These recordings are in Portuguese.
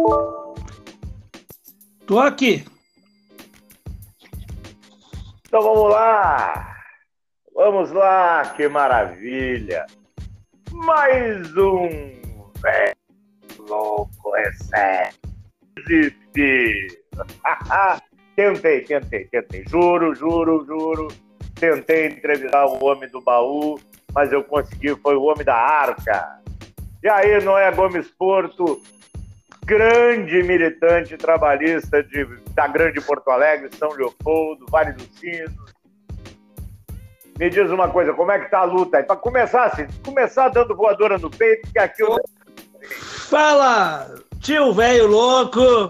Tô aqui. Então vamos lá! Vamos lá, que maravilha! Mais um velho louco recebe. Tentei. Juro. Tentei entrevistar o homem do baú, mas eu consegui, foi o homem da arca. E aí, Noé Gomes Porto, grande militante trabalhista da Grande Porto Alegre, São Leopoldo, Vale dos Sinos. Me diz uma coisa, como é que tá a luta aí? Para começar assim, começar dando voadora no peito, que aqui eu... Fala, tio velho louco.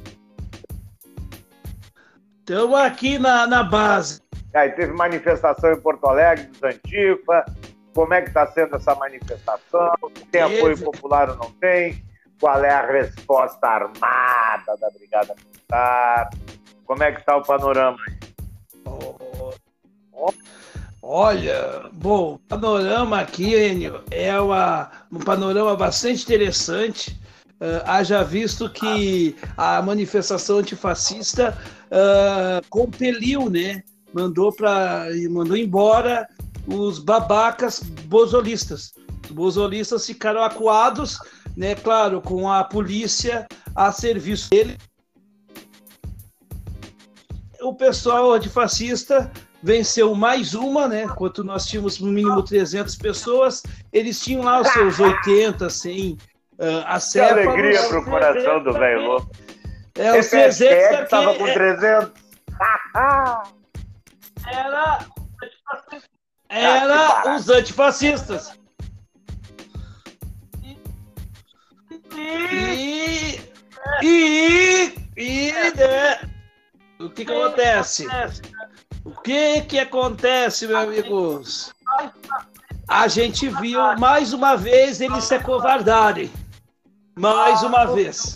Estamos aqui na base. Aí teve manifestação em Porto Alegre dos Antifa. Como é que está sendo essa manifestação? Tem apoio popular ou não tem? Qual é a resposta armada da Brigada Militar? Como é que está o panorama aí? Olha, bom, o panorama aqui, Enio, é um panorama bastante interessante. Haja visto que a manifestação antifascista compeliu, né? Mandou embora os babacas bozolistas. Os bozolistas ficaram acuados, né? Claro, com a polícia a serviço dele. O pessoal antifascista venceu mais uma, né? Enquanto nós tínhamos no mínimo 300 pessoas, eles tinham lá os seus 80, 100 acéfalos. Que alegria pro coração do velho louco. Os 300 que estava com 300. Era os antifascistas. Né? O que acontece? O que acontece, meus amigos? A gente viu mais uma vez eles se acovardarem. Mais uma vez.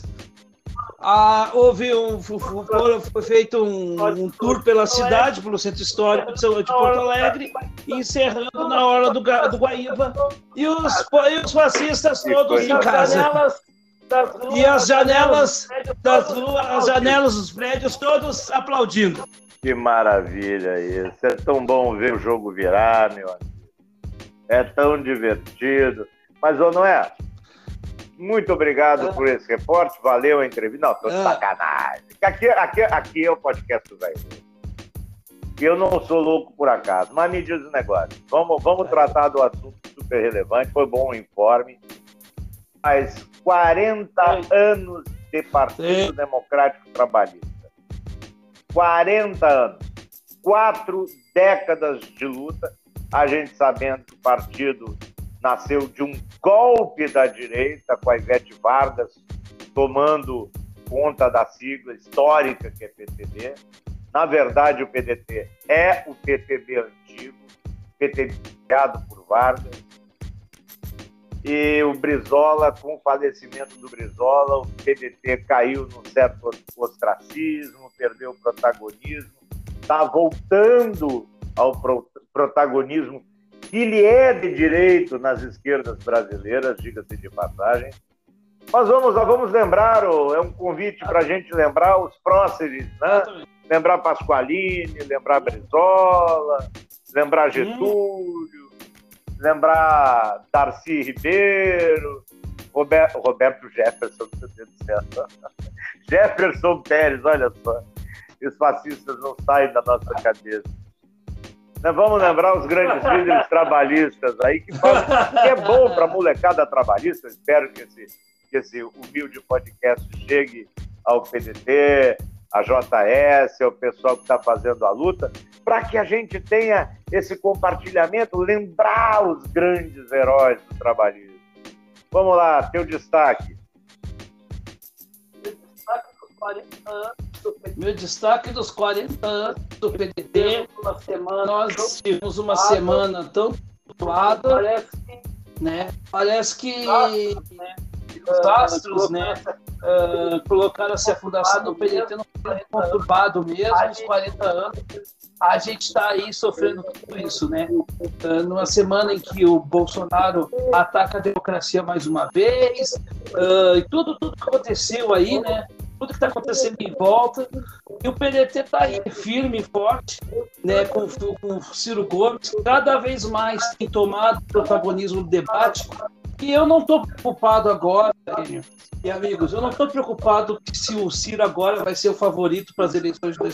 Foi feito um tour pela cidade, pelo centro histórico de Porto Alegre, encerrando na hora do Guaíba, e os fascistas todos em casa. E as janelas das ruas, as janelas dos prédios, todos aplaudindo. Que maravilha isso. É tão bom ver o jogo virar, meu amigo. É tão divertido. Mas, ô Noé, muito obrigado por esse reporte. Valeu a entrevista. Não, tô de sacanagem. Aqui é o podcast do velho. E eu não sou louco por acaso. Mas me diz um negócio. Vamos tratar do assunto super relevante. Foi bom o informe. Mas 40 anos de Partido Democrático Trabalhista. 40 anos. 4 décadas de luta. A gente sabendo que o partido nasceu de um golpe da direita, com a Ivete Vargas tomando conta da sigla histórica que é PTB. Na verdade, o PDT é o PTB antigo, PTB criado por Vargas. E o Brizola, com o falecimento do Brizola, o PDT caiu num certo ostracismo, perdeu o protagonismo, está voltando ao protagonismo que lhe é de direito nas esquerdas brasileiras, diga-se de passagem. Mas vamos lembrar, é um convite para a gente lembrar os próceres, né? Lembrar Pasqualini, lembrar Brizola, lembrar Getúlio, lembrar Darcy Ribeiro, Roberto Jefferson, meu Deus do céu. Jefferson Pérez, olha só. Os fascistas não saem da nossa cabeça. Vamos lembrar os grandes líderes trabalhistas aí, que é bom para a molecada trabalhista. Espero que esse humilde podcast chegue ao PDT, a JS, ao pessoal que está fazendo a luta, para que a gente tenha esse compartilhamento, lembrar os grandes heróis do trabalhismo. Vamos lá, teu destaque. Meu destaque dos 40 anos do PDT, nós tivemos uma semana tão atuada, né? Parece que os astros, né, colocaram-se a fundação do PDT no conturbado mesmo, uns 40 anos. a gente está aí sofrendo tudo isso, né? Numa semana em que o Bolsonaro ataca a democracia mais uma vez, e tudo que aconteceu aí, né? Tudo que está acontecendo em volta, e o PDT está aí firme e forte, né? Com o Ciro Gomes, cada vez mais tem tomado protagonismo no debate. E eu não estou preocupado agora, Enio e amigos, eu não estou preocupado se o Ciro agora vai ser o favorito para as eleições de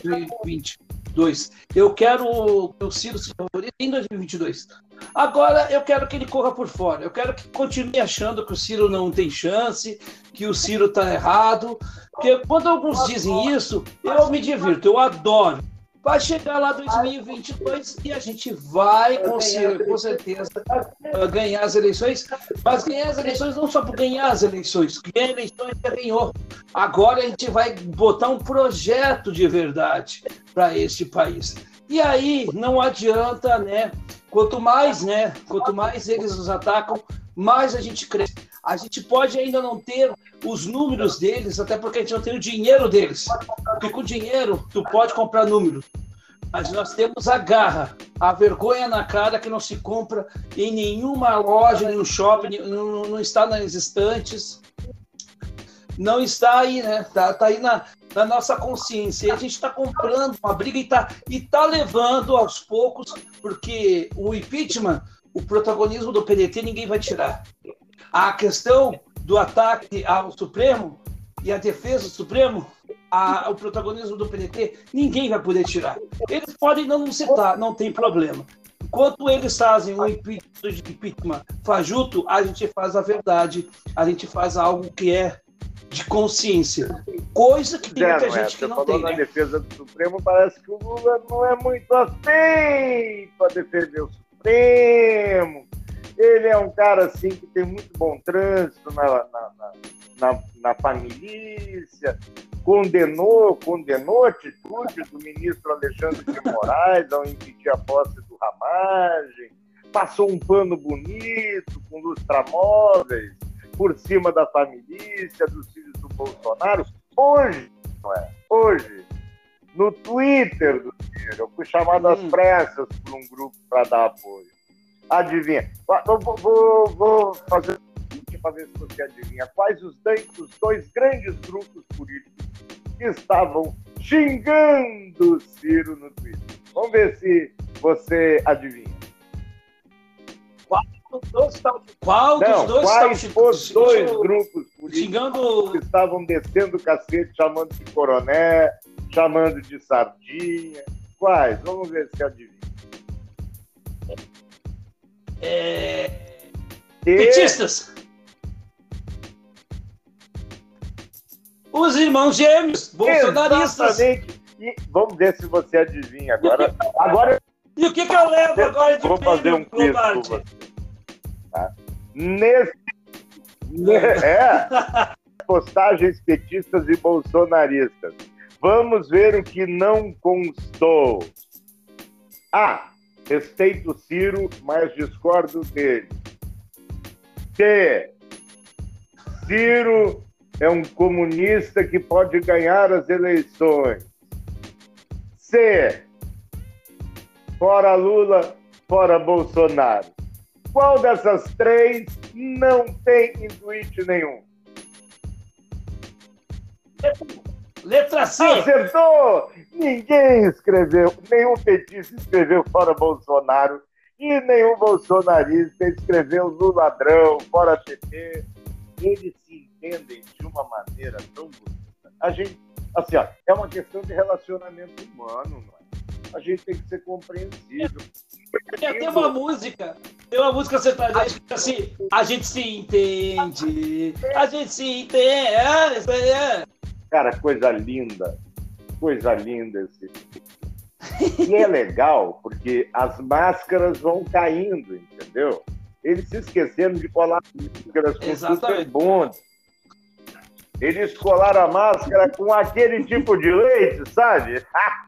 2022. Eu quero que o Ciro seja o favorito em 2022. Agora eu quero que ele corra por fora. Eu quero que continue achando que o Ciro não tem chance, que o Ciro está errado. Porque quando alguns dizem isso, eu me divirto, eu adoro. Vai chegar lá 2022 e a gente vai, com certeza, ganhar as eleições. Mas ganhar as eleições não só por ganhar as eleições. Ganhar eleições já ganhou. Agora a gente vai botar um projeto de verdade para este país. E aí não adianta, né? Quanto mais eles nos atacam, mais a gente cresce. A gente pode ainda não ter os números deles, até porque a gente não tem o dinheiro deles. Porque com dinheiro, tu pode comprar números. Mas nós temos a garra, a vergonha na cara que não se compra em nenhuma loja, nenhum shopping, não está nas estantes. Não está aí, né? Tá aí na nossa consciência. E a gente está comprando uma briga e tá levando aos poucos, porque o impeachment, o protagonismo do PDT, ninguém vai tirar. A questão do ataque ao Supremo e a defesa do Supremo, o protagonismo do PDT, ninguém vai poder tirar. Eles podem não citar, não tem problema. Enquanto eles fazem o impeachment fajuto, a gente faz a verdade, a gente faz algo que é de consciência. Coisa que tem muita gente que não tem. Na defesa do Supremo, parece que o Lula não é muito assim para defender o Supremo. Ele é um cara assim que tem muito bom trânsito na família, condenou a atitude do ministro Alexandre de Moraes ao impedir a posse do Ramagem, passou um pano bonito com lustramóveis por cima da família, dos filhos do Bolsonaro. Hoje, no Twitter do Ciro, eu fui chamado às pressas por um grupo para dar apoio. Adivinha? Vou fazer o seguinte para ver se você adivinha. Quais os dois grandes grupos políticos que estavam xingando o Ciro no Twitter? Vamos ver se você adivinha. Qual dos dois quais os dois grupos políticos que estavam descendo o cacete, chamando de coroné, chamando de sardinha? Quais? Vamos ver se adivinha. Petistas. Os irmãos gêmeos, bolsonaristas. Exatamente. E vamos ver se você adivinha agora. E o que eu levo agora de Vou fazer um quiz com você. Tá? Postagens petistas e bolsonaristas. Vamos ver o que não constou. Respeito o Ciro, mas discordo dele. Ciro é um comunista que pode ganhar as eleições. Fora Lula, fora Bolsonaro. Qual dessas três não tem intuito nenhum? Letra C. Acertou! Ninguém escreveu, nenhum petista escreveu fora Bolsonaro e nenhum bolsonarista escreveu Lula ladrão, fora PT. Eles se entendem de uma maneira tão bonita. A gente, assim, é uma questão de relacionamento humano, não é? A gente tem que ser compreensível. Tem uma música sertaneja que assim, a gente se entende, isso aí é. Cara, coisa linda esse. E é legal, porque as máscaras vão caindo, entendeu? Eles se esqueceram de colar máscaras com super bonde. Eles colaram a máscara com aquele tipo de leite, sabe?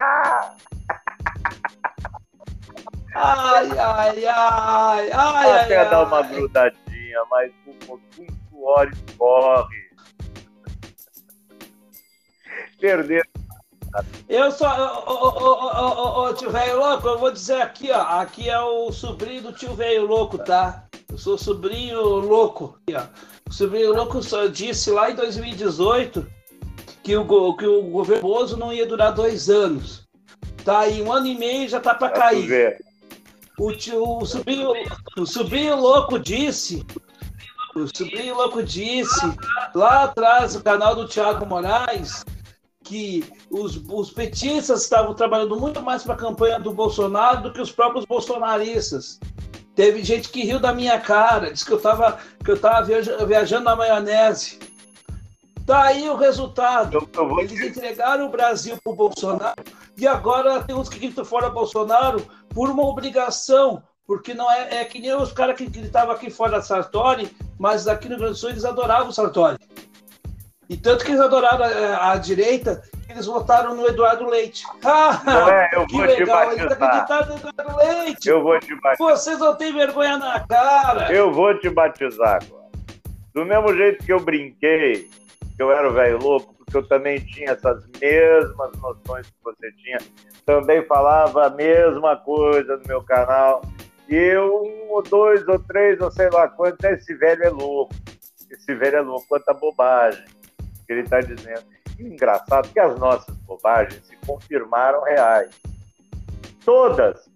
Até dá uma grudadinha, mas um suor escorre. Perderam Eu só. Tio velho louco, eu vou dizer aqui, ó. Aqui é o sobrinho do tio velho louco, tá? Eu sou sobrinho louco. Aqui, ó. O sobrinho louco só disse lá em 2018 que o governo Bozo não ia durar 2 anos. Tá aí 1 ano e meio já tá para cair. O sobrinho louco disse. O sobrinho louco disse lá atrás no canal do Thiago Moraes que os petistas estavam trabalhando muito mais para a campanha do Bolsonaro do que os próprios bolsonaristas. Teve gente que riu da minha cara, disse que eu estava viajando na maionese. Tá aí o resultado. Eles entregaram o Brasil para o Bolsonaro e agora tem uns que gritam fora Bolsonaro por uma obrigação, porque não é que nem os caras que gritavam aqui fora Sartori, mas aqui no Rio Grande do Sul eles adoravam o Sartori. E tanto que eles adoraram a direita, eles votaram no Eduardo Leite. Que legal, eles acreditaram no Eduardo Leite. Eu vou te batizar. Vocês não têm vergonha na cara. Eu vou te batizar agora. Do mesmo jeito que eu brinquei, que eu era o velho louco, porque eu também tinha essas mesmas noções que você tinha, também falava a mesma coisa no meu canal. E eu, 1 ou 2 ou 3 ou sei lá quanto, esse velho é louco. Esse velho é louco, quanta bobagem que ele está dizendo. E engraçado que as nossas bobagens se confirmaram reais. Todas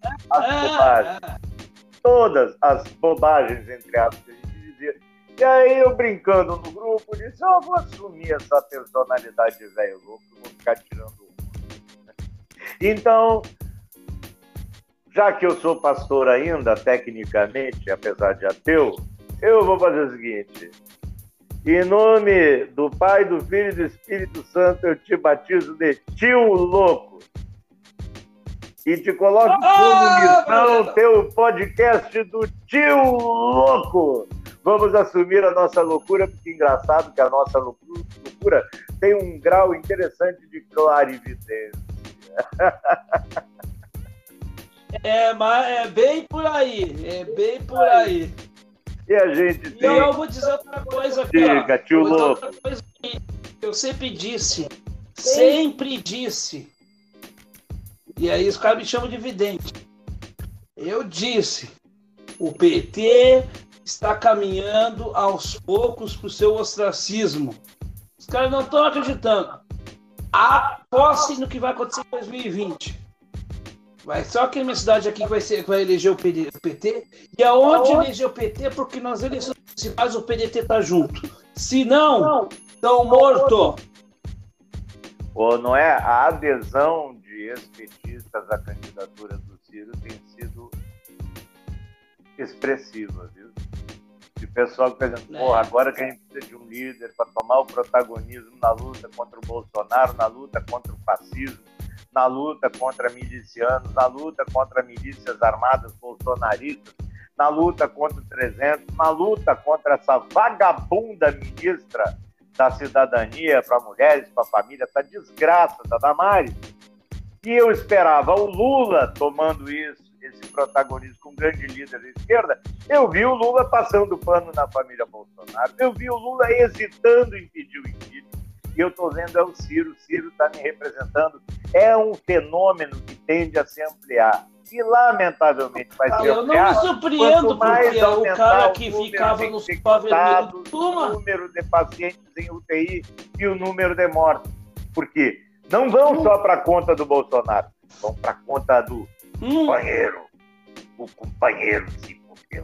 as bobagens, entre aspas, que a gente dizia. E aí eu brincando no grupo, disse, eu vou assumir essa personalidade de velho louco, vou ficar tirando um. Então, já que eu sou pastor ainda, tecnicamente, apesar de ateu, eu vou fazer o seguinte. Em nome do Pai, do Filho e do Espírito Santo, eu te batizo de tio louco. E te coloco como missão teu podcast do tio louco. Vamos assumir a nossa loucura, porque é engraçado que a nossa loucura tem um grau interessante de clarividência. Mas é bem por aí, E a gente tem... E eu vou dizer outra coisa aqui, Diga, tio louco. Outra coisa que eu sempre disse, e aí os caras me chamam de vidente. Eu disse, o PT está caminhando aos poucos para o seu ostracismo. Os caras não estão acreditando. Aposte no que vai acontecer em 2020. Vai só aqui na minha cidade aqui que vai eleger o PT. E aonde eleger o PT? Porque nas eleições municipais o PDT está junto. Se não, estão mortos. Não é? A adesão de ex-petistas à candidatura do Ciro tem sido expressiva, viu? De pessoal que está dizendo, agora que a gente precisa de um líder para tomar o protagonismo na luta contra o Bolsonaro, na luta contra o fascismo, na luta contra milicianos, na luta contra milícias armadas bolsonaristas, na luta contra o 300, na luta contra essa vagabunda ministra da cidadania para mulheres, para a família, essa desgraça da Damares. E eu esperava o Lula tomando esse protagonismo com um grande líder da esquerda. Eu vi o Lula passando pano na família Bolsonaro, eu vi o Lula hesitando em pedir o impeachment. E eu estou vendo o Ciro está me representando. É um fenômeno que tende a se ampliar. E, lamentavelmente, vai se ampliar. Eu não me surpreendo, porque o cara que ficava no sofá vermelho... O número de pacientes em UTI e o número de mortes. Porque não vão só para a conta do Bolsonaro, vão para a conta do companheiro. O companheiro se fudeu.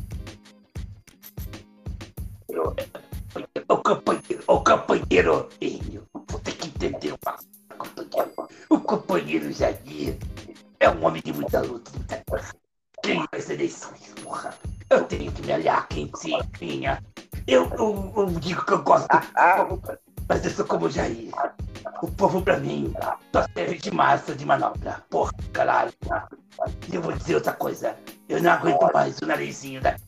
O companheiro, vou ter que entender uma coisa. O companheiro Jair é um homem de muita luta, de muita coisa. Ganhou as eleições, porra. Eu tenho que me aliar a quem tinha. Eu digo que eu gosto do povo, mas eu sou como o Jair. O povo pra mim só serve de massa de manobra. Porra, caralho. E eu vou dizer outra coisa. Eu não aguento mais o narizinho daqui.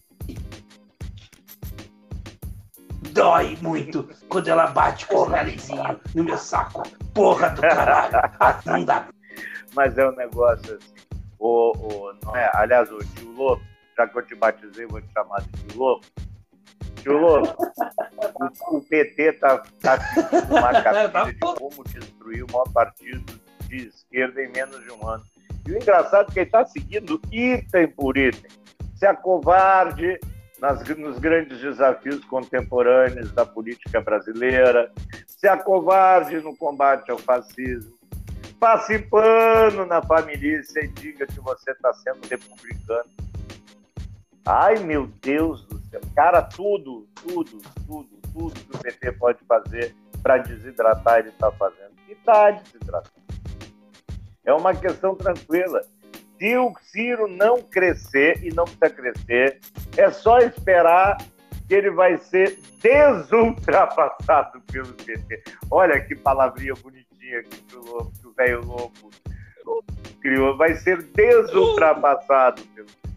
Dói muito quando ela bate com esse narizinho no meu saco. Porra do caralho. Assim não dá. Mas é um negócio assim. Não é? Aliás, o tio louco, já que eu te batizei, vou te chamar de tio louco. O PT está seguindo uma capilha de como destruir o maior partido de esquerda em menos de um ano. E o engraçado é que ele está seguindo item por item. Se acovarde nos grandes desafios contemporâneos da política brasileira, se acovarde no combate ao fascismo, passe pano na família e diga que você está sendo republicano. Ai, meu Deus do céu. Cara, tudo que o PT pode fazer para desidratar, ele está fazendo. E está desidratando. É uma questão tranquila. Se o Ciro não crescer, e não precisa crescer, é só esperar que ele vai ser desultrapassado pelo PT. Olha que palavrinha bonitinha que o velho louco criou. Vai ser desultrapassado pelo PT.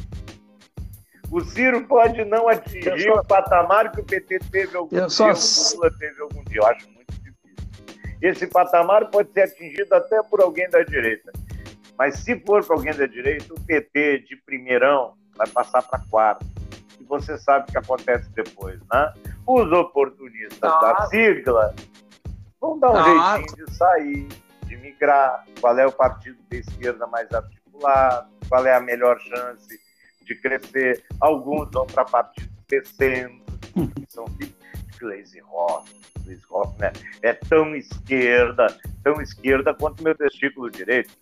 O Ciro pode não atingir o patamar que o PT teve algum dia, o Lula teve algum dia. Eu acho muito difícil. Esse patamar pode ser atingido até por alguém da direita. Mas se for para alguém da direita, o PT de primeirão vai passar para quarto. E você sabe o que acontece depois, né? Os oportunistas da sigla vão dar um jeitinho de sair, de migrar. Qual é o partido da esquerda mais articulado? Qual é a melhor chance de crescer? Alguns vão para partidos descendo, que são filhos de Gleisi Hoffmann, né? É tão esquerda quanto meu testículo direito.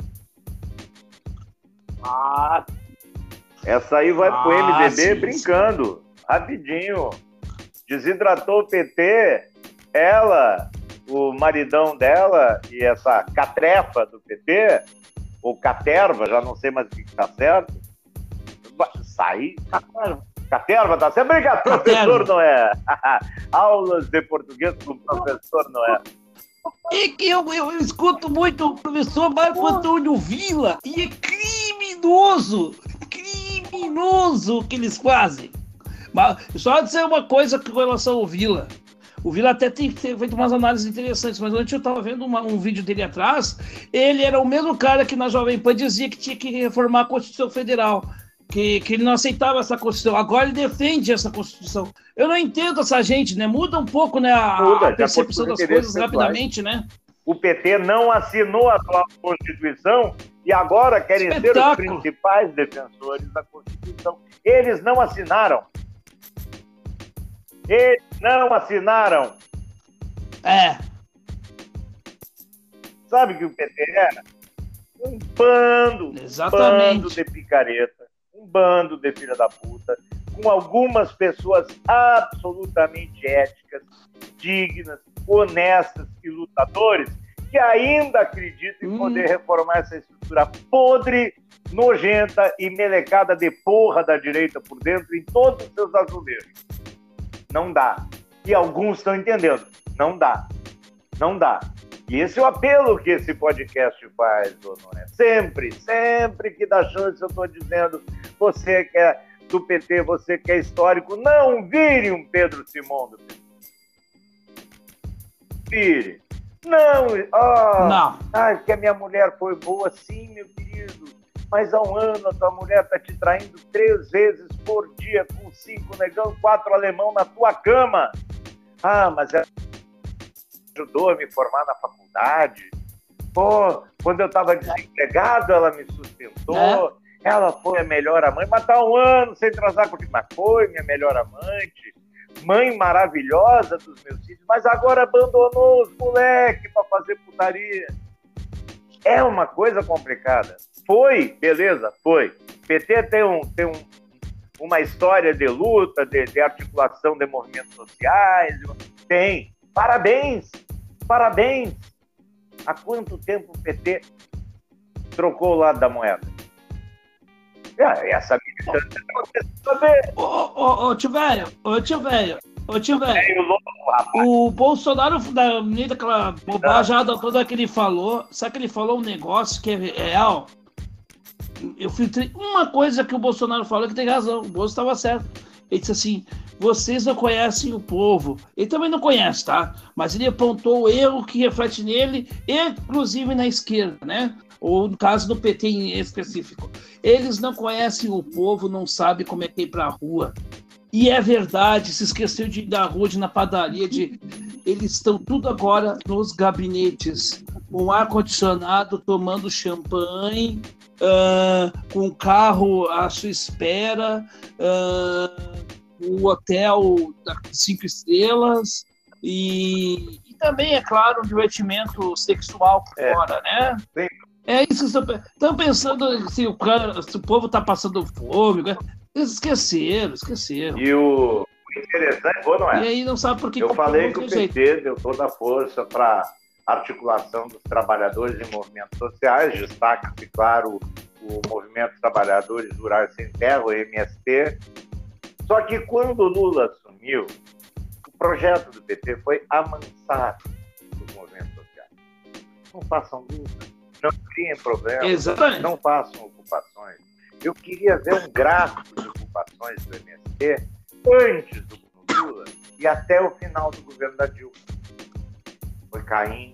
Essa aí vai pro MDB brincando, rapidinho. Desidratou o PT, ela, o maridão dela e essa catrefa do PT, ou caterva, já não sei mais o que tá certo. Sair? Caterva, tá certo? Obrigado, professor Noé. Aulas de português com o professor Noé. É que eu escuto muito o professor Marco Antônio Villa e é criminoso o que eles fazem. Mas só dizer uma coisa com relação ao Villa. O Villa até tem feito umas análises interessantes, mas ontem eu estava vendo um vídeo dele atrás. Ele era o mesmo cara que na Jovem Pan dizia que tinha que reformar a Constituição Federal. Que ele não aceitava essa Constituição. Agora ele defende essa Constituição. Eu não entendo essa gente, né? Muda um pouco, né, a percepção das coisas rapidamente, né? O PT não assinou a atual Constituição e agora querem ser os principais defensores da Constituição. Eles não assinaram. Sabe o que o PT era? Um bando de picareta. Um bando de filha da puta, com algumas pessoas absolutamente éticas, dignas, honestas e lutadores, que ainda acreditam em poder reformar essa estrutura podre, nojenta e melecada de porra da direita por dentro em todos os seus azulejos. Não dá. E alguns estão entendendo. Não dá. E esse é o apelo que esse podcast faz, Noé. Sempre que dá chance, eu estou dizendo, você que é do PT, você que é histórico, não vire um Pedro Simão do PT. Vire. Não. Ai, que a minha mulher foi boa, sim, meu querido. Mas há um ano a tua mulher está te traindo 3 vezes por dia com 5 negão, 4 alemão na tua cama. Mas ela ajudou a me formar na faculdade. Pô, quando eu estava desempregado, ela me sustentou. Ela foi a melhor amante. Mas tá um ano sem transar contigo. Mas foi minha melhor amante. Mãe maravilhosa dos meus filhos. Mas agora abandonou os moleques para fazer putaria. É uma coisa complicada. Foi, beleza, foi. PT tem uma história de luta, de articulação de movimentos sociais. Tem. Parabéns. Há quanto tempo o PT trocou o lado da moeda? Essa militância Ô tio velho, o Bolsonaro, da menina, aquela bobajada toda que ele falou, sabe que ele falou um negócio que é real? Eu filtrei uma coisa que o Bolsonaro falou que tem razão, o Bolsonaro estava certo. Ele disse assim, vocês não conhecem o povo. Ele também não conhece, tá? Mas ele apontou o erro que reflete nele, inclusive na esquerda, né? Ou no caso do PT em específico. Eles não conhecem o povo, não sabem como é que é ir pra rua. E é verdade, se esqueceu de ir na rua, de ir na padaria, eles estão tudo agora nos gabinetes, com ar-condicionado, tomando champanhe, com o carro à sua espera, o hotel 5 estrelas e também, é claro, um divertimento sexual por fora, né? Sim. É isso que estão pensando, se o povo está passando fome, eles esqueceram. E o interessante, não é? E aí não sabe por que eu falei que o PT deu toda a força para articulação dos trabalhadores em movimentos sociais, destaca-se, claro, o Movimento dos Trabalhadores Rurais Sem Terra, o MST. Só que quando o Lula assumiu, o projeto do PT foi amansar os movimentos sociais. Não façam luta, não criem problemas, exatamente, não façam ocupações. Eu queria ver um gráfico de ocupações do MST antes do Lula e até o final do governo da Dilma. Foi caindo.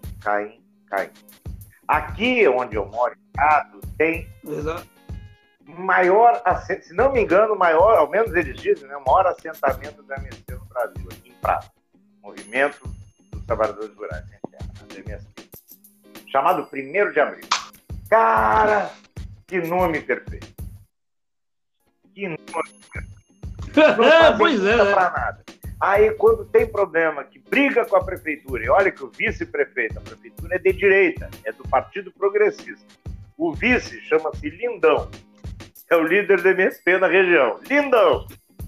Aqui onde eu moro, em Prado, tem maior, se não me engano, maior, ao menos eles dizem, né, o maior assentamento do MST no Brasil, aqui em Prado. Movimento dos Trabalhadores Rurais Sem Terra, do MST. Chamado 1º de Abril. Cara, que nome perfeito. Que nome perfeito. Não pois é, pra nada. Aí, quando tem problema, que briga com a prefeitura, e olha que o vice-prefeito, a prefeitura é de direita, é do Partido Progressista. O vice chama-se Lindão. É o líder do MST na região. Lindão.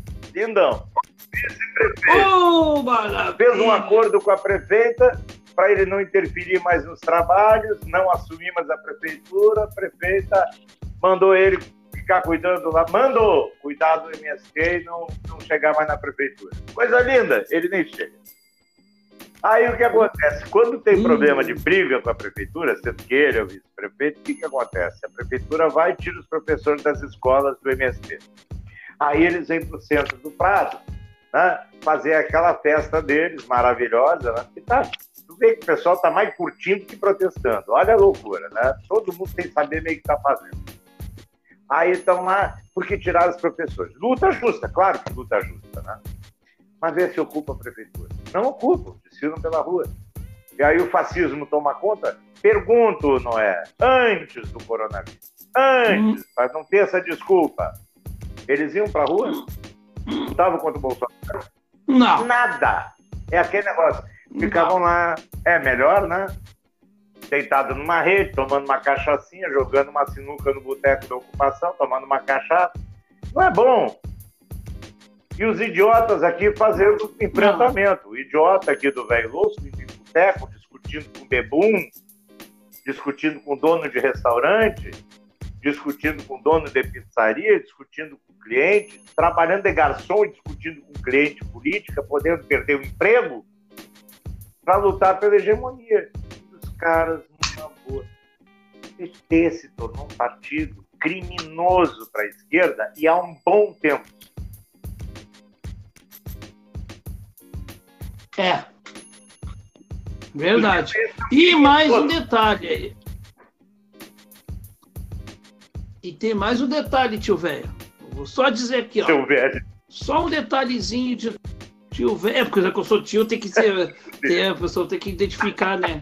Vice-prefeito. Fez um acordo com a prefeita para ele não interferir mais nos trabalhos, não assumir mais a prefeitura. A prefeita mandou ele ficar cuidando lá, mandou cuidar do MST e não chegar mais na prefeitura. Coisa linda, ele nem chega. Aí o que acontece? Quando tem problema de briga com a prefeitura, sendo que ele é o vice-prefeito, o que acontece? A prefeitura vai e tira os professores das escolas do MST. Aí eles vêm para o centro do Prado, né, fazer aquela festa deles, maravilhosa, né? E tu vê que o pessoal está mais curtindo que protestando. Olha a loucura, né? Todo mundo tem que saber meio que está fazendo. Aí estão lá porque tiraram os professores. Luta justa, claro que luta justa, né? Mas vê se ocupa a prefeitura. Não ocupam, desfilam pela rua. E aí o fascismo toma conta? Pergunto, Noé, antes do coronavírus, antes, para não ter essa desculpa, eles iam para a rua? Lutavam contra o Bolsonaro? Não. Nada. É aquele negócio. Ficavam lá, é melhor, né? Deitado numa rede, tomando uma cachaçinha, jogando uma sinuca no boteco da ocupação, tomando uma cachaça. Não é bom. E os idiotas aqui fazendo enfrentamento. O idiota aqui do velho louco, no boteco, discutindo com bebum, discutindo com dono de restaurante, discutindo com dono de pizzaria, discutindo com cliente, trabalhando de garçom e discutindo com cliente política, podendo perder o emprego para lutar pela hegemonia. Os caras, numa boa. O PT se tornou um partido criminoso para a esquerda e há um bom tempo. É. Verdade. E mais um detalhe aí. E tem mais um detalhe, tio velho. Vou só dizer aqui, ó. Tio velho. Só um detalhezinho de tio velho. Porque já que eu sou tio, tem que ser. A pessoa tem que identificar, né?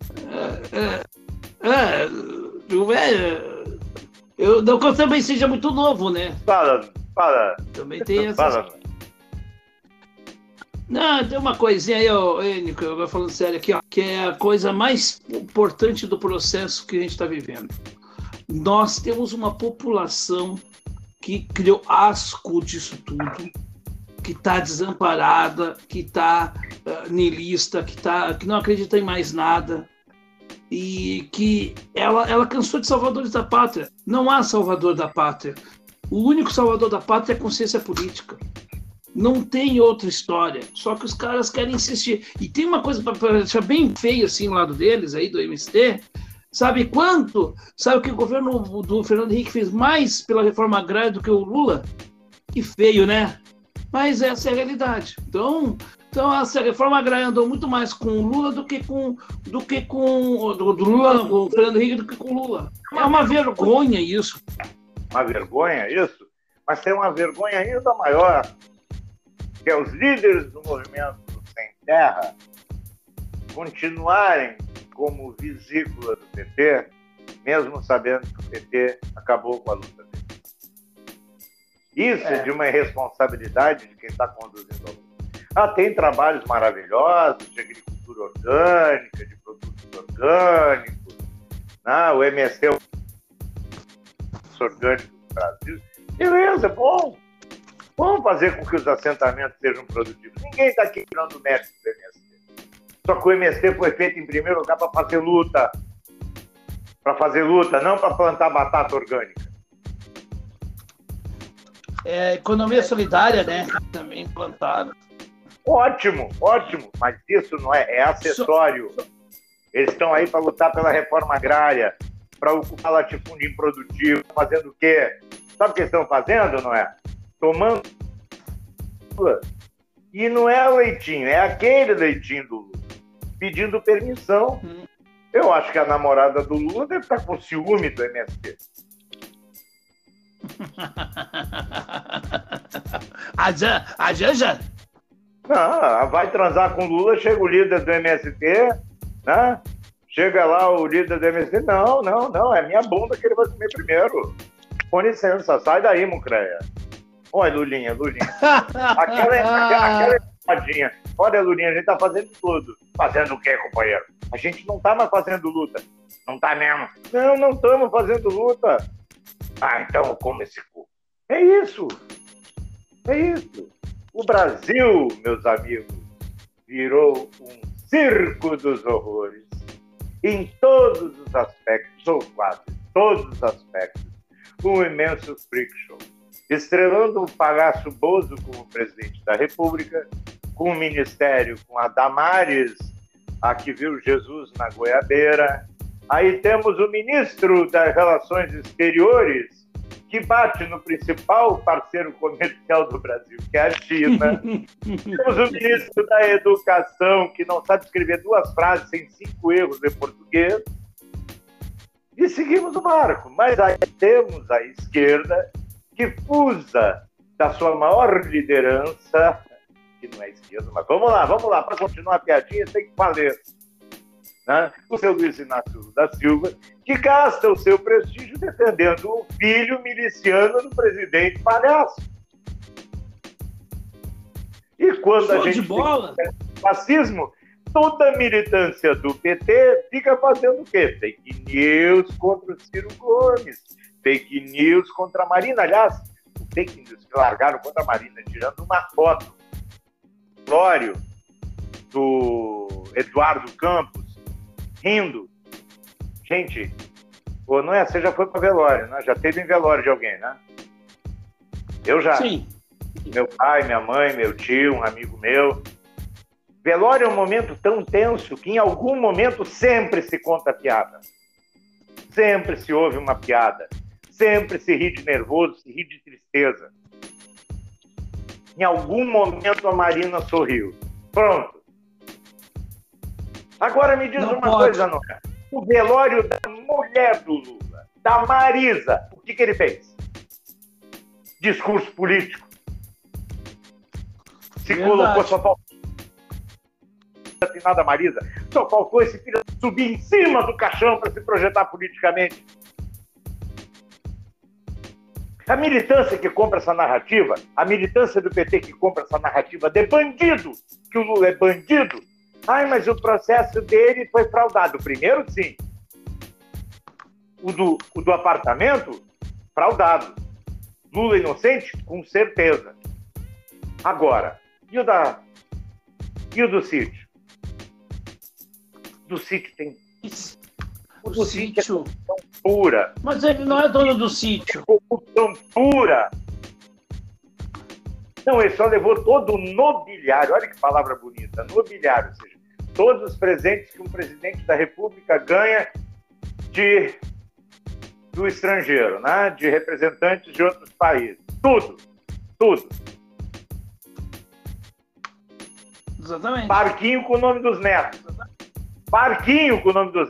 Tio velho. Não que eu também seja muito novo, né? Fala. Também tem essa. Não, tem uma coisinha aí, Nico, eu vou falando sério aqui, ó, que é a coisa mais importante do processo que a gente está vivendo. Nós temos uma população que criou asco disso tudo, que está desamparada, que está niilista, que não acredita em mais nada, e que ela cansou de salvadores da pátria. Não há salvador da pátria. O único salvador da pátria é a consciência política. Não tem outra história, só que os caras querem insistir. E tem uma coisa para deixar bem feio assim, o lado deles, aí do MST. Sabe quanto? Sabe que o governo do Fernando Henrique fez mais pela reforma agrária do que o Lula? Que feio, né? Mas essa é a realidade. Então essa reforma agrária andou muito mais com o Lula do Lula, com o Fernando Henrique, do que com o Lula. É uma vergonha isso. Uma vergonha isso? Mas tem uma vergonha ainda maior. que é os líderes do movimento Sem Terra, continuarem como vesícula do PT, mesmo sabendo que o PT acabou com a luta dele. Isso é de uma irresponsabilidade de quem está conduzindo a luta. Tem trabalhos maravilhosos de agricultura orgânica, de produtos orgânicos, o MST orgânico do Brasil. Beleza, bom. Vamos fazer com que os assentamentos sejam produtivos. Ninguém está aqui tirando o mérito do MST. Só que o MST foi feito, em primeiro lugar, para fazer luta. Para fazer luta, não para plantar batata orgânica. Economia solidária, né? Também implantada. Ótimo, ótimo. Mas isso não é acessório. Eles estão aí para lutar pela reforma agrária, para ocupar latifúndio improdutivo, fazendo o quê? Sabe o que eles estão fazendo, não é? Tomando Lula. E não é o leitinho, é aquele leitinho do Lula. Pedindo permissão. Eu acho que a namorada do Lula deve estar com ciúme do MST. A Janja? Não, vai transar com o Lula, chega o líder do MST, né? Chega lá o líder do MST, não, é minha bunda que ele vai comer primeiro. Com licença, sai daí, Mucreia. Olha, Lulinha. Aquela espadinha. Olha, Lulinha, a gente tá fazendo tudo. Fazendo o quê, companheiro? A gente não tá mais fazendo luta. Não tá mesmo? Não estamos fazendo luta. Então como esse cu. É isso. O Brasil, meus amigos, virou um circo dos horrores. Em todos os aspectos, ou quase todos os aspectos, um imenso freak show. Estrelando o palhaço Bozo como presidente da República, com o ministério, com a Damares, a que viu Jesus na goiabeira. Aí temos o ministro das Relações Exteriores, que bate no principal parceiro comercial do Brasil, que é a China. Temos o ministro da Educação, que não sabe escrever 2 frases sem 5 erros de português. E seguimos o barco. Mas aí temos a esquerda, que usa da sua maior liderança, que não é esquerda, mas vamos lá, para continuar a piadinha tem que valer. Né? O seu Luiz Inácio Lula da Silva, que gasta o seu prestígio defendendo o filho miliciano do presidente palhaço. E quando a gente tem fascismo, toda a militância do PT fica fazendo o quê? Fake news contra o Ciro Gomes, fake news contra a Marina. Aliás, o fake news que largaram contra a Marina, tirando uma foto do velório do Eduardo Campos, rindo. Gente, não é? Você já foi para velório, né? Já teve em velório de alguém, né? Eu já. Sim. Meu pai, minha mãe, meu tio, um amigo meu. Velório é um momento tão tenso que em algum momento sempre se conta piada. Sempre se ouve uma piada. Sempre se ri de nervoso, se ri de tristeza. Em algum momento a Marina sorriu. Pronto. Agora me diz uma coisa, Noé. O velório da mulher do Lula, da Marisa, o que ele fez? Discurso político. Se colocou, só faltou nada Marisa, só faltou esse filho subir em cima do caixão para se projetar politicamente. A militância que compra essa narrativa, a militância do PT que compra essa narrativa de bandido, que o Lula é bandido. Mas o processo dele foi fraudado. Primeiro, sim. O do apartamento, fraudado. Lula inocente, com certeza. Agora, e o do sítio? Do sítio tem... O do sítio é corrupção pura. Mas ele não é dono do sítio. Corrupção pura. Não, ele só levou todo o nobiliário. Olha que palavra bonita. Nobiliário, ou seja, todos os presentes que um presidente da República ganha do estrangeiro, né? De representantes de outros países. Tudo. Exatamente. Barquinho com o nome dos netos. Barquinho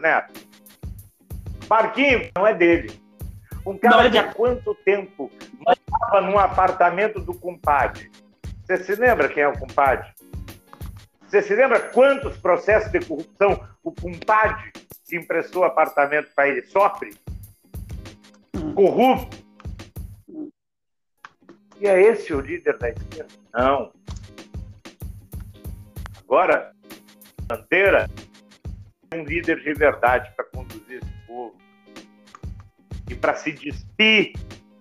não é dele. Um cara que há quanto tempo morava num apartamento do compadre, Você se lembra quem é o compadre? Você se lembra quantos processos de corrupção o compadre que emprestou apartamento para ele sofre? Corrupto. E é esse o líder da esquerda? Não. Agora, Bandeira é um líder de verdade para conduzir esse povo. E para se despir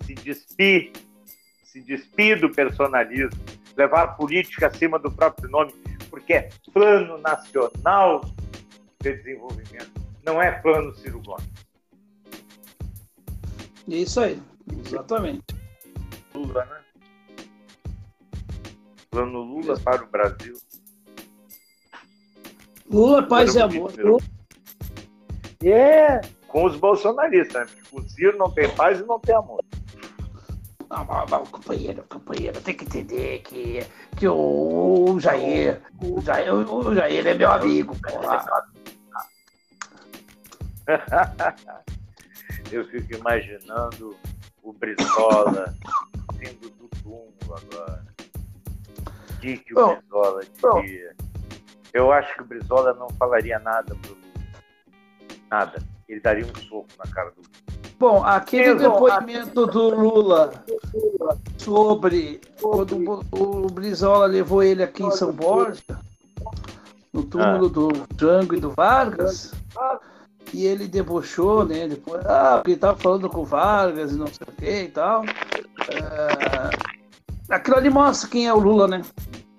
do personalismo, levar a política acima do próprio nome, porque é Plano Nacional de Desenvolvimento, não é Plano Ciro Gomes. Isso aí, exatamente. Lula, né? Plano Lula para o Brasil. Lula, paz e amor. Com os bolsonaristas, né? Porque o Ciro não tem paz e não tem amor. Não, companheiro, tem que entender que o Jair é meu amigo, porra. Eu fico imaginando o Brizola vindo do túmulo agora. O que o Brizola diria? Eu acho que o Brizola não falaria nada pro Lula. Nada. Ele daria um soco na cara do Lula. Bom, aquele depoimento do Lula sobre quando o Brizola levou ele aqui em São Borja, no túmulo do Jango e do Vargas, e ele debochou, né? Depois, porque ele estava falando com o Vargas e não sei o que e tal. Aquilo ali mostra quem é o Lula, né?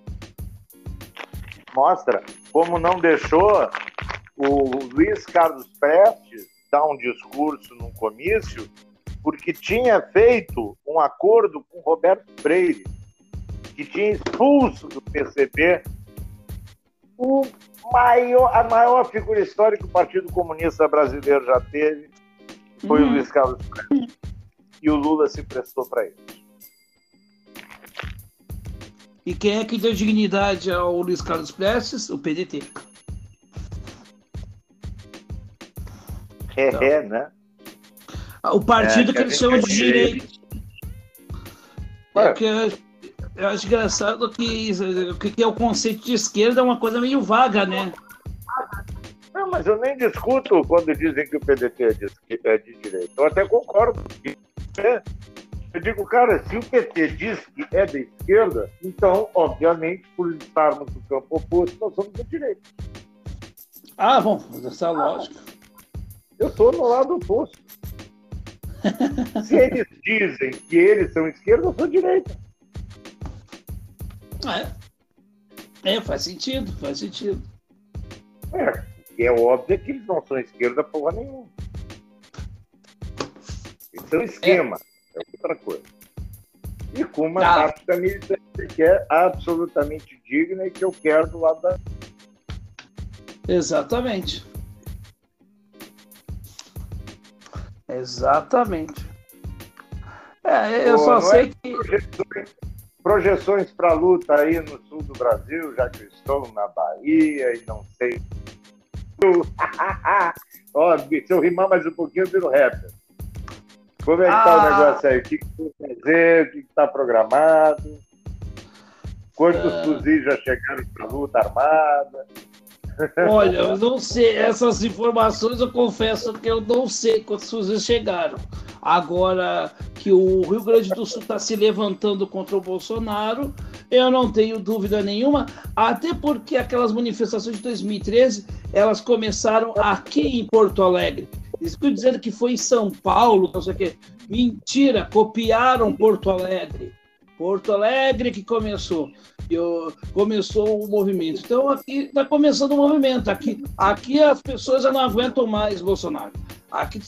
Mostra como não deixou o Luiz Carlos Prestes dar um discurso num comício, porque tinha feito um acordo com Roberto Freire, que tinha expulso do PCB a maior figura histórica que o Partido Comunista Brasileiro já teve, foi o Luiz Carlos Prestes. E o Lula se prestou para isso. E quem é que deu dignidade ao Luiz Carlos Prestes? O PDT. Né? O partido que eles chamam de direita. Eu acho engraçado que o que é o conceito de esquerda é uma coisa meio vaga, né? Não, mas eu nem discuto quando dizem que o PDT é de direita. Eu até concordo. Eu digo, cara, se o PT diz que é da esquerda, então, obviamente, por estarmos no campo oposto, nós somos da direita. Bom, essa é a lógica. Eu estou no lado oposto. Se eles dizem que eles são esquerda, eu sou direita. Faz sentido. É óbvio que eles não são esquerda porra nenhuma. Eles são esquema, é outra coisa. E com uma tática militante que é absolutamente digna e que eu quero do lado da... Exatamente. Eu só sei que... Projeções para luta aí no sul do Brasil, já que eu estou na Bahia e não sei... Se eu rimar mais um pouquinho, eu viro rapper. Como é que tá o negócio aí? O que você vai fazer? O que está programado? Quantos fuzis já chegaram para luta armada? Olha, eu não sei, essas informações eu confesso que eu não sei quantos fuzis chegaram. Agora que o Rio Grande do Sul está se levantando contra o Bolsonaro, eu não tenho dúvida nenhuma, até porque aquelas manifestações de 2013, elas começaram aqui em Porto Alegre. Eles ficam dizendo que foi em São Paulo, não sei o quê. Mentira, copiaram Porto Alegre. Porto Alegre que começou o movimento. Então aqui está começando o movimento. Aqui as pessoas já não aguentam mais Bolsonaro. Aqui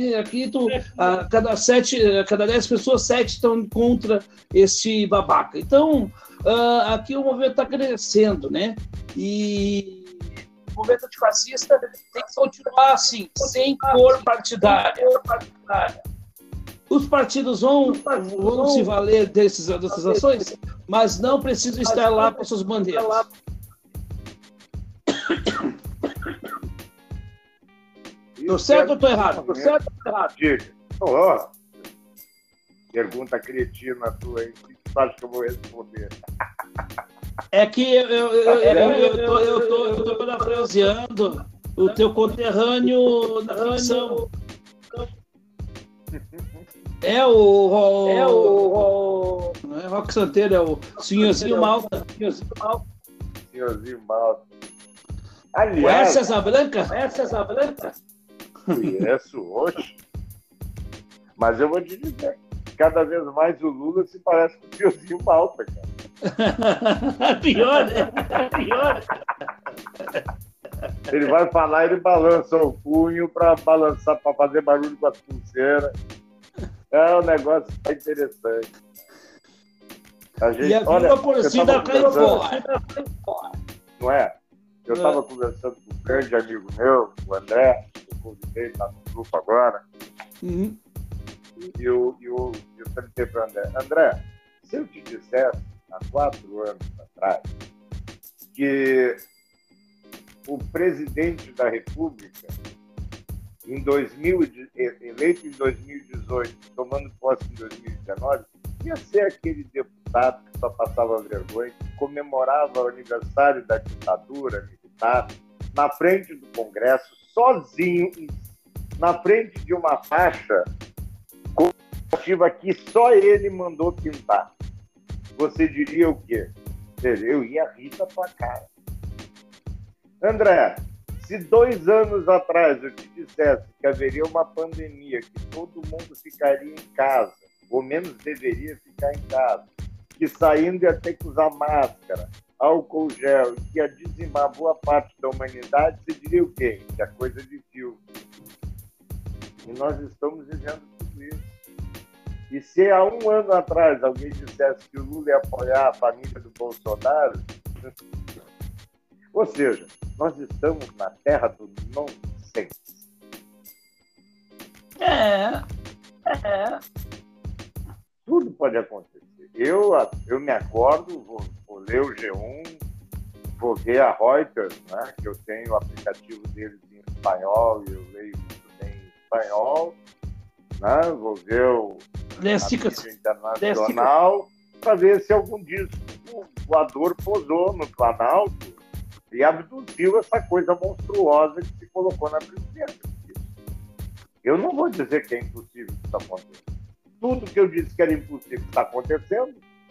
cada 10 pessoas, 7 estão contra esse babaca. Então aqui o movimento está crescendo, né? E o movimento antifascista tem que continuar assim, sem cor partidária. Os partidos vão se valer dessas ações, mas não precisam estar lá com suas bandeiras. Estou certo ou estou errado? Diga. Pergunta cretina tua aí. O que você acha que eu vou responder? É que eu tô parafraseando o teu conterrâneo na ficção. Não é Roque Santeiro, é o Senhorzinho Malta. Senhorzinho Malta. Aliás, conhece essa branca? Conheço hoje. Mas eu vou te dizer, cada vez mais o Lula se parece com o Senhorzinho Malta, cara. Pior, né? Pior. Ele vai falar, ele balança o punho para balançar, para fazer barulho com as pulseiras. Um negócio tá interessante. E a Vila Porcina caiu fora. Não é? Eu estava conversando com um grande amigo meu, o André, que eu convidei, está no grupo agora. Uhum. E eu perguntei para o André, se eu te dissesse, há 4 anos atrás, que o presidente da República, eleito em 2018, tomando posse em 2019, ia ser aquele deputado que só passava vergonha, que comemorava o aniversário da ditadura militar na frente do Congresso, sozinho, na frente de uma faixa comemorativa que só ele mandou pintar. Você diria o quê? Eu ia rir da tua cara. André, se 2 anos atrás eu te dissesse que haveria uma pandemia, que todo mundo ficaria em casa, ou menos deveria ficar em casa, que saindo ia ter que usar máscara, álcool gel, e que ia dizimar boa parte da humanidade, você diria o quê? Que é coisa de filme. E nós estamos vivendo tudo isso. E se há 1 ano atrás alguém dissesse que o Lula ia apoiar a família do Bolsonaro, ou seja, nós estamos na terra do nonsense. Tudo pode acontecer. Eu me acordo, vou ler o G1, vou ver a Reuters, né, que eu tenho o aplicativo deles em espanhol e eu leio muito bem em espanhol, né, vou ver a mídia internacional para ver se algum disco voador pousou no Planalto e abduziu essa coisa monstruosa que se colocou na presidência. Eu não vou dizer que é impossível que isso aconteça. Tudo que eu disse que era impossível está acontecendo.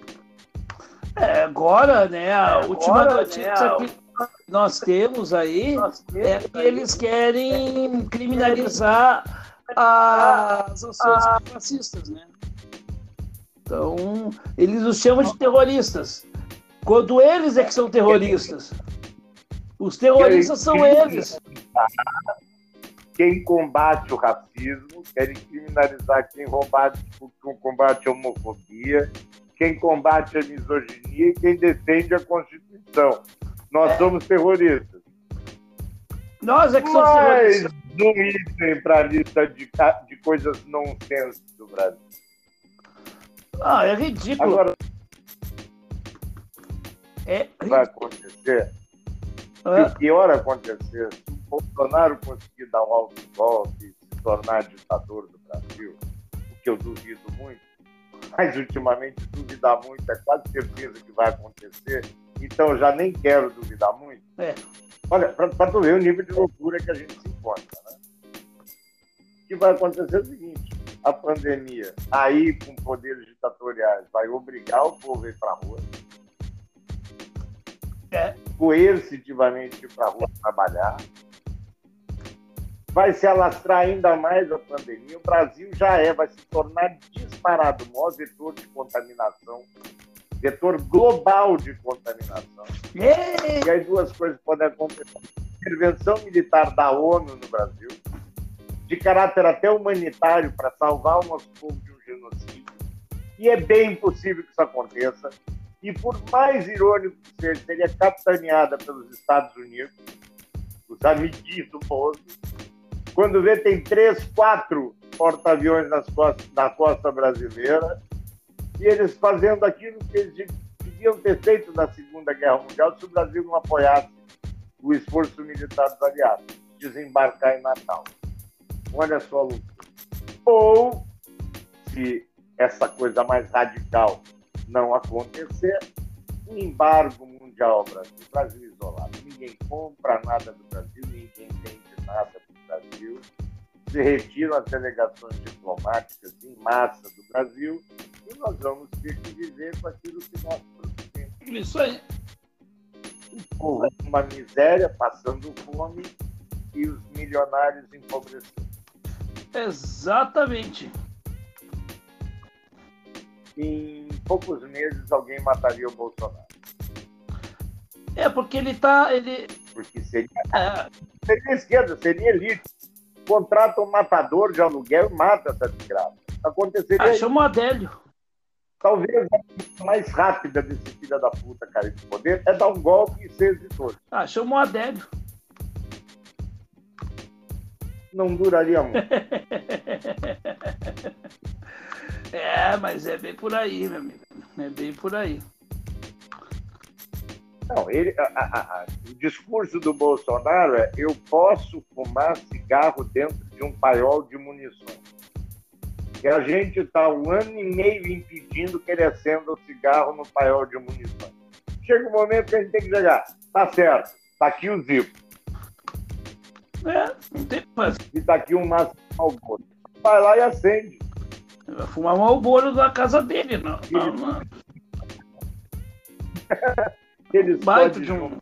Agora, né, a última notícia que nós temos aí é que eles querem criminalizar as ações fascistas, né? Então, eles os chamam de terroristas, quando eles é que são terroristas. Os terroristas são eles. Quem combate o racismo, querem criminalizar quem combate a homofobia, quem combate a misoginia e quem defende a Constituição. Nós somos terroristas. Nós é que somos terroristas. Mas não item para a lista de coisas nonsense do Brasil. É ridículo. Agora, vai acontecer? Se o pior acontecer, se o Bolsonaro conseguir dar um alto golpe e se tornar ditador do Brasil, o que eu duvido muito, mas ultimamente duvidar muito é quase certeza que vai acontecer, então eu já nem quero duvidar muito. Olha, para tu ver o nível de loucura que a gente se encontra, né? O que vai acontecer é o seguinte: a pandemia, aí com poderes ditatoriais, vai obrigar o povo a ir para a rua, coercitivamente ir para a rua trabalhar, vai se alastrar ainda mais a pandemia. O Brasil já vai se tornar disparado o maior vetor de contaminação, vetor global de contaminação. E aí 2 coisas podem acontecer: intervenção militar da ONU no Brasil, de caráter até humanitário, para salvar o nosso povo de um genocídio, e é bem possível que isso aconteça, e por mais irônico que seja, seria capitaneada pelos Estados Unidos, os amiguinhos do povo. Quando vê, tem 3, 4 porta-aviões na costa brasileira, e eles fazendo aquilo que eles deviam ter feito na Segunda Guerra Mundial se o Brasil não apoiasse o esforço militar dos aliados, desembarcar em Natal. Olha só a loucura. Ou, se essa coisa mais radical não acontecer, um embargo mundial mundial ao Brasil. O Brasil isolado. Ninguém compra nada do Brasil, ninguém vende nada do Brasil. Se retiram as delegações diplomáticas em massa do Brasil e nós vamos ter que viver com aquilo que nós produzimos. Isso aí. O povo uma miséria, passando fome e os milionários empobrecendo. Exatamente. Em poucos meses alguém mataria o Bolsonaro. Porque Porque seria esquerda, seria elite. Contrata um matador de aluguel e mata essa desgraça. Aconteceria. Chama o Adélio. Talvez a coisa mais rápida desse filho da puta cair de poder é dar um golpe e ser exitoso. Chama o Adélio. Não duraria muito. Mas é bem por aí, meu amigo. É bem por aí. Não, o discurso do Bolsonaro é: eu posso fumar cigarro dentro de um paiol de munições. E a gente está 1 ano e meio impedindo que ele acenda o cigarro no paiol de munições. Chega um momento que a gente tem que chegar. Tá certo, tá aqui o Zico. Não tem que fazer. E tá aqui um maço de Marlboro. Vai lá e acende. Vai fumar o Marlboro da casa dele, não. Eles baita de um...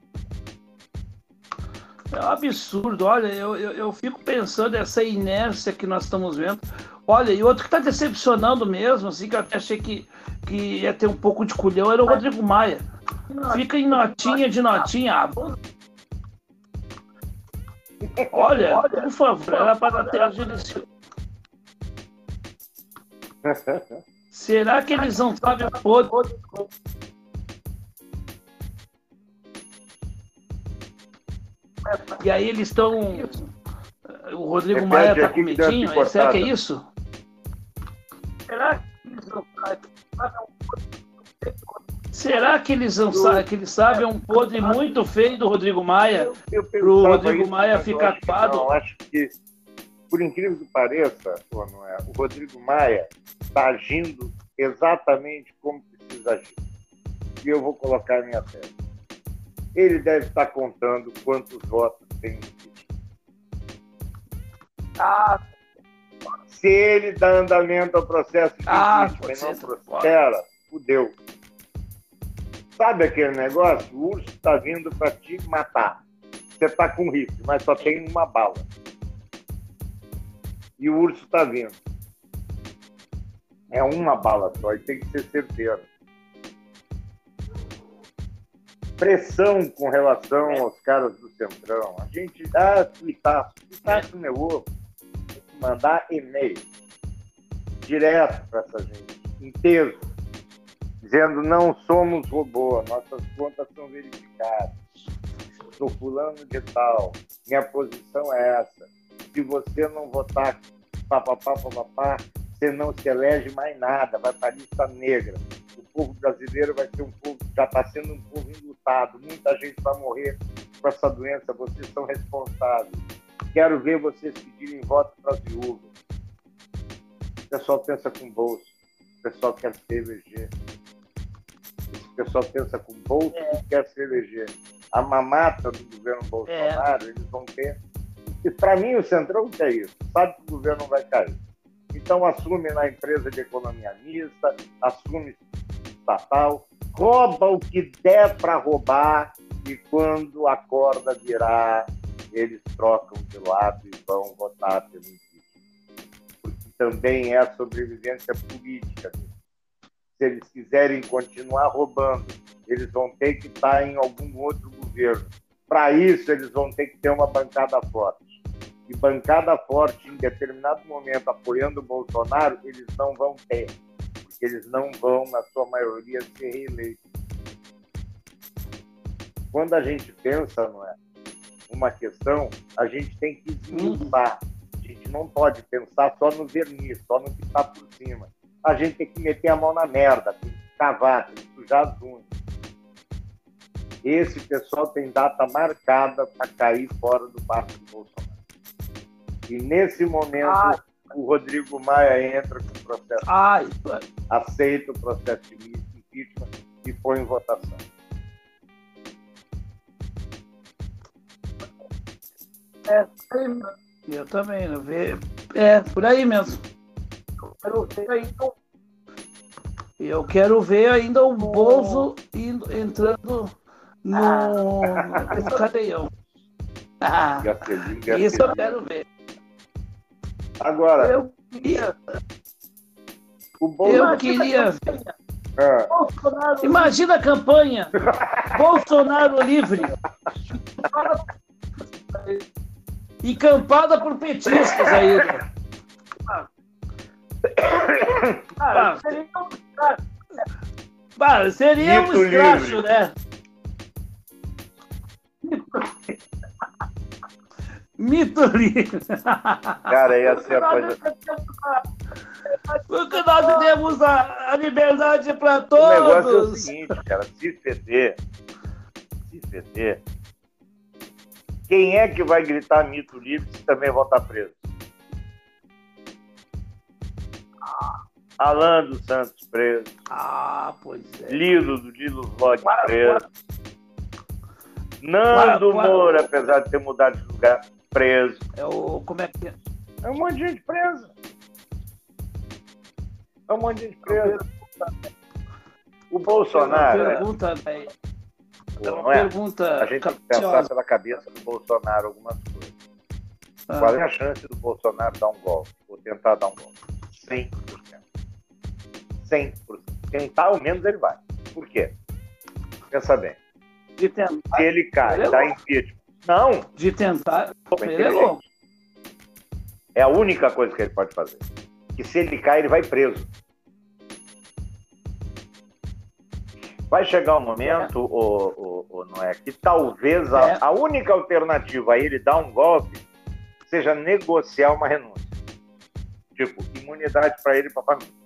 É um absurdo. Olha, eu fico pensando nessa inércia que nós estamos vendo. Olha, e outro que está decepcionando mesmo, assim, que eu até achei que ia ter um pouco de culhão, era o Rodrigo Maia. Fica em notinha de notinha. Olha, por favor, era para ter agilidade. Será que eles não sabem o podre? E aí eles estão... O Rodrigo Maia está com medinho? Será que é isso? Será que eles não sabem? Que eles sabem um podre muito feio do Rodrigo Maia? Para o Rodrigo Maia ficar quadro? Não, acho que, por incrível que pareça, o Rodrigo Maia está agindo exatamente como precisa agir. E eu vou colocar a minha tese. Ele deve estar contando quantos votos tem no impeachment. Se ele dá andamento ao processo de impeachment e não prospera, fudeu. Sabe aquele negócio? O urso está vindo para te matar. Você está com rifle, mas só tem uma bala. E o urso está vindo. É uma bala só e tem que ser certeiro. Pressão com relação aos caras do Centrão. A gente dá tuitaço meu ovo. Tem que mandar e-mail direto para essa gente, inteiro, dizendo: não somos robô, nossas contas são verificadas. Sou fulano de tal, minha posição é essa. Se você não votar papapá, você não se elege mais nada, vai para a lista negra. O povo brasileiro vai ser um povo, já está sendo um povo enlutado, muita gente vai morrer com essa doença, vocês são responsáveis. Quero ver vocês pedirem voto para as viúvas. O pessoal pensa com bolso, o pessoal quer se eleger. Esse pessoal pensa com bolso e quer se eleger. A mamata do governo Bolsonaro, eles vão ter. E para mim o Centrão quer isso, sabe que o governo não vai cair. Então assume na empresa de economia mista, assume estatal, rouba o que der para roubar e quando a corda virar, eles trocam de lado e vão votar pelo impeachment. Porque também é a sobrevivência política deles. Se eles quiserem continuar roubando, eles vão ter que estar em algum outro governo. Para isso, eles vão ter que ter uma bancada forte. E bancada forte, em determinado momento, apoiando o Bolsonaro, eles não vão ter. Porque eles não vão, na sua maioria, ser reeleitos. Quando a gente pensa, não é, uma questão, a gente tem que esmiuçar. A gente não pode pensar só no verniz, só no que está por cima. A gente tem que meter a mão na merda, tem que cavar, tem que sujar as unhas. Esse pessoal tem data marcada para cair fora do barco do Bolsonaro. E nesse momento, o Rodrigo Maia entra com o processo, aceita o processo de impeachment e põe em votação. Eu também, não vê. É, por aí mesmo. Eu quero ver ainda o Bozo entrando no cadeião. Isso eu quero ver. Agora, eu queria ver. Imagina a campanha Bolsonaro livre e campada por petistas aí. Seria um escracho, né? Mito livre. Cara, ia ser a coisa. Porque nós temos a liberdade para todos. O negócio é o seguinte, cara, se feder, quem é que vai gritar mito livre se também vão estar presos? Alan dos Santos preso. Pois é. Lilo do Lilo Vlog preso. Nando Moura, apesar de ter mudado de lugar, preso. Como é que é? É um monte de gente presa. O Bolsonaro. Pergunta, velho. A gente tem que pensar pela cabeça do Bolsonaro algumas coisas. Qual é a chance do Bolsonaro dar um golpe? Ou tentar dar um golpe? 100%. 100%. Tentar, ao menos ele vai. Por quê? Pensa bem. De tentar. Se ele cai, dá impeachment. Não. De tentar. Ele é louco. É a única coisa que ele pode fazer. Que se ele cai, ele vai preso. Vai chegar um momento, Noé, que talvez a única alternativa a ele dar um golpe seja negociar uma renúncia. Tipo, imunidade para ele e para a família.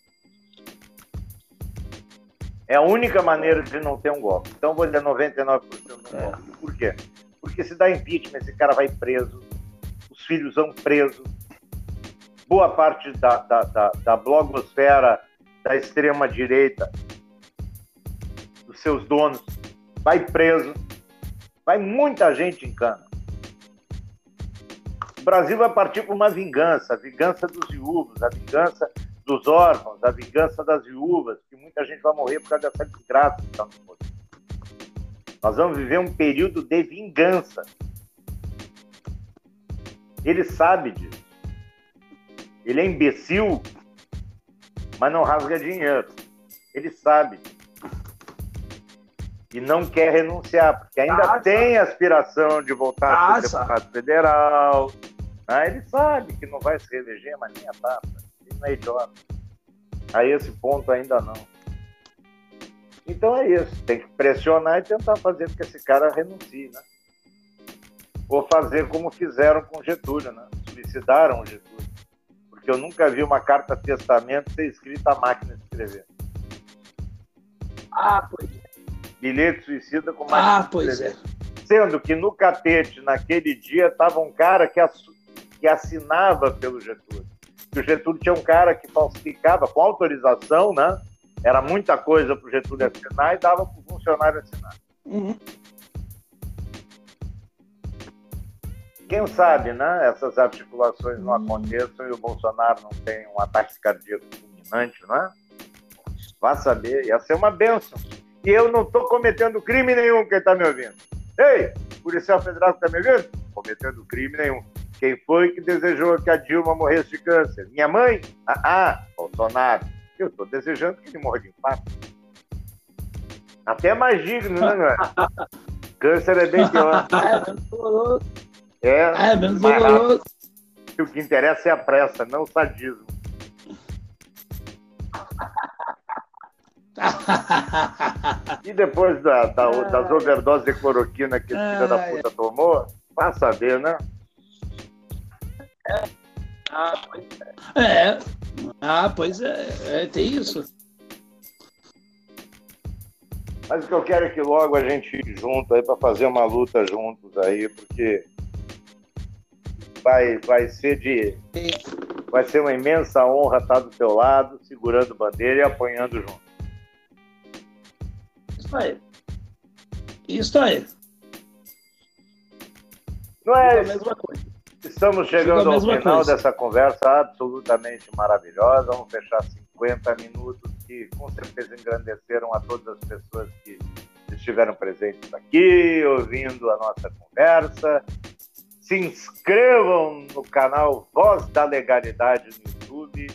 É a única maneira de não ter um golpe. Então, vou dizer 99% de um golpe. Por quê? Porque se dá impeachment, esse cara vai preso, os filhos vão presos, boa parte da blogosfera, da extrema-direita, dos seus donos, vai preso, vai muita gente em cana. O Brasil vai partir para uma vingança, a vingança dos viúvos, a vingança dos órfãos, a vingança das viúvas, que muita gente vai morrer por causa dessa desgraça que está no poder. Nós vamos viver um período de vingança. Ele sabe disso. Ele é imbecil, mas não rasga dinheiro. Ele sabe. E não quer renunciar, porque ainda tem aspiração de voltar a ser deputado federal. Ele sabe que não vai se reeleger, mas nem a tapa. Ele não é idiota. A esse ponto ainda não. Então é isso. Tem que pressionar e tentar fazer com que esse cara renuncie, né? Ou fazer como fizeram com Getúlio, né? Suicidaram o Getúlio. Porque eu nunca vi uma carta testamento ser escrita à máquina de escrever. Pois é. Bilhete suicida com máquina de escrever. Sendo que no catete, naquele dia, estava um cara que assinava pelo Getúlio. E o Getúlio tinha um cara que falsificava com autorização, né? Era muita coisa para o Getúlio assinar e dava para o funcionário assinar. Quem sabe, né? Essas articulações não aconteçam e o Bolsonaro não tem um ataque cardíaco fulminante, né? Vá saber, ia ser uma bênção. E eu não estou cometendo crime nenhum, quem está me ouvindo. Ei, policial federal que está me ouvindo? Cometendo crime nenhum. Quem foi que desejou que a Dilma morresse de câncer? Minha mãe? Bolsonaro. Eu estou desejando que ele morra de infarto. Até mais digno, né, não é? Câncer é bem pior. Menos doloroso. O que interessa é a pressa, não o sadismo. E depois das overdoses de cloroquina que esse filho da puta tomou, vai saber, né? Pois é, tem isso. Mas o que eu quero é que logo a gente junto aí para fazer uma luta juntos aí, porque vai ser uma imensa honra estar do teu lado, segurando bandeira e apanhando junto. Isso aí. Não é a mesma coisa. Estamos chegando ao final dessa conversa absolutamente maravilhosa. Vamos fechar 50 minutos que com certeza engrandeceram a todas as pessoas que estiveram presentes aqui, ouvindo a nossa conversa. Se inscrevam no canal Voz da Legalidade no YouTube.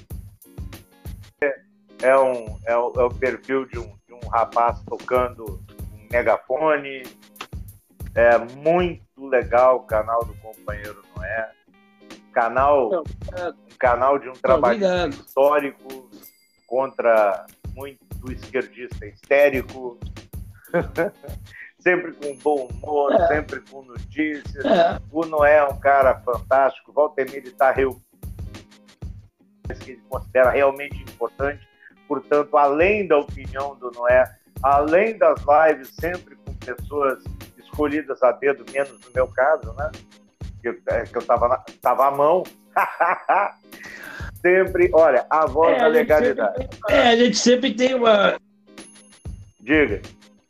É o perfil de um rapaz tocando um megafone. É muito legal o canal do companheiro Noé. Um canal de um trabalhista histórico contra muito esquerdista histérico. Sempre com bom humor, sempre com notícias. O Noé é um cara fantástico. Volta e meia ele está que ele considera realmente importante. Portanto, além da opinião do Noé, além das lives, sempre com pessoas escolhidas a dedo, menos no meu caso, né? Que eu tava à mão. Sempre, olha, a voz da legalidade. A gente sempre tem uma... Diga.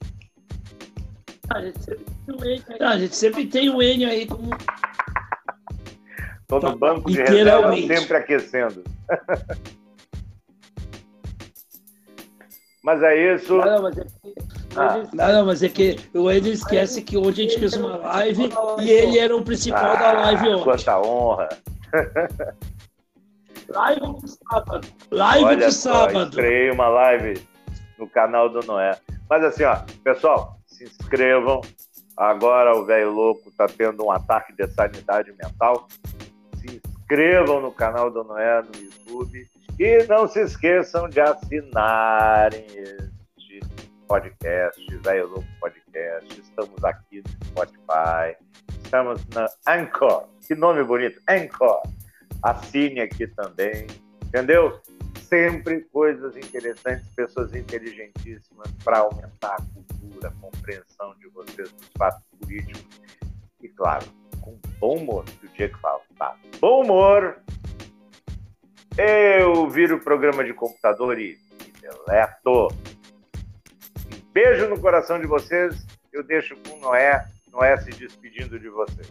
A gente sempre tem o Enio aí como... Tô no banco de reserva, sempre aquecendo. Mas é isso. Mas é que o Enio esquece que hoje a gente fez uma live e ele era o principal da live ontem. Quanta honra. Live de sábado. Estreiei uma live no canal do Noé. Mas assim, ó, pessoal, se inscrevam. Agora o velho louco tá tendo um ataque de sanidade mental. Se inscrevam no canal do Noé no YouTube. E não se esqueçam de assinarem este podcast, Velho Louco Podcast. Estamos aqui no Spotify. Estamos na Anchor. Que nome bonito, Anchor. Assine aqui também, entendeu? Sempre coisas interessantes, pessoas inteligentíssimas para aumentar a cultura, a compreensão de vocês dos fatos políticos. E, claro, com bom humor, que o Diego fala, tá? Bom humor, eu viro o programa de computador e deleto. Um beijo no coração de vocês, eu deixo com o Noé se despedindo de vocês.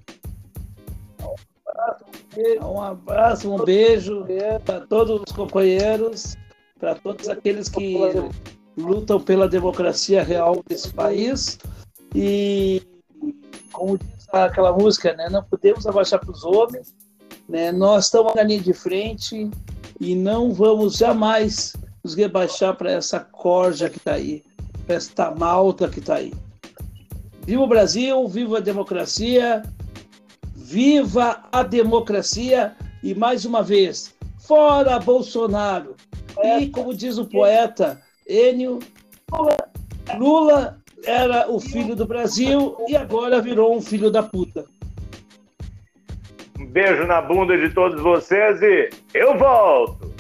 Um abraço, um beijo para todos os companheiros, para todos aqueles que lutam pela democracia real desse país. E, como diz aquela música, né, não podemos abaixar para os homens, né, nós estamos na linha de frente e não vamos jamais nos rebaixar para essa corja que está aí, para esta malta que está aí. Viva o Brasil, viva a democracia! Viva a democracia e, mais uma vez, fora Bolsonaro. E, como diz o poeta Enio, Lula era o filho do Brasil e agora virou um filho da puta. Um beijo na bunda de todos vocês e eu volto!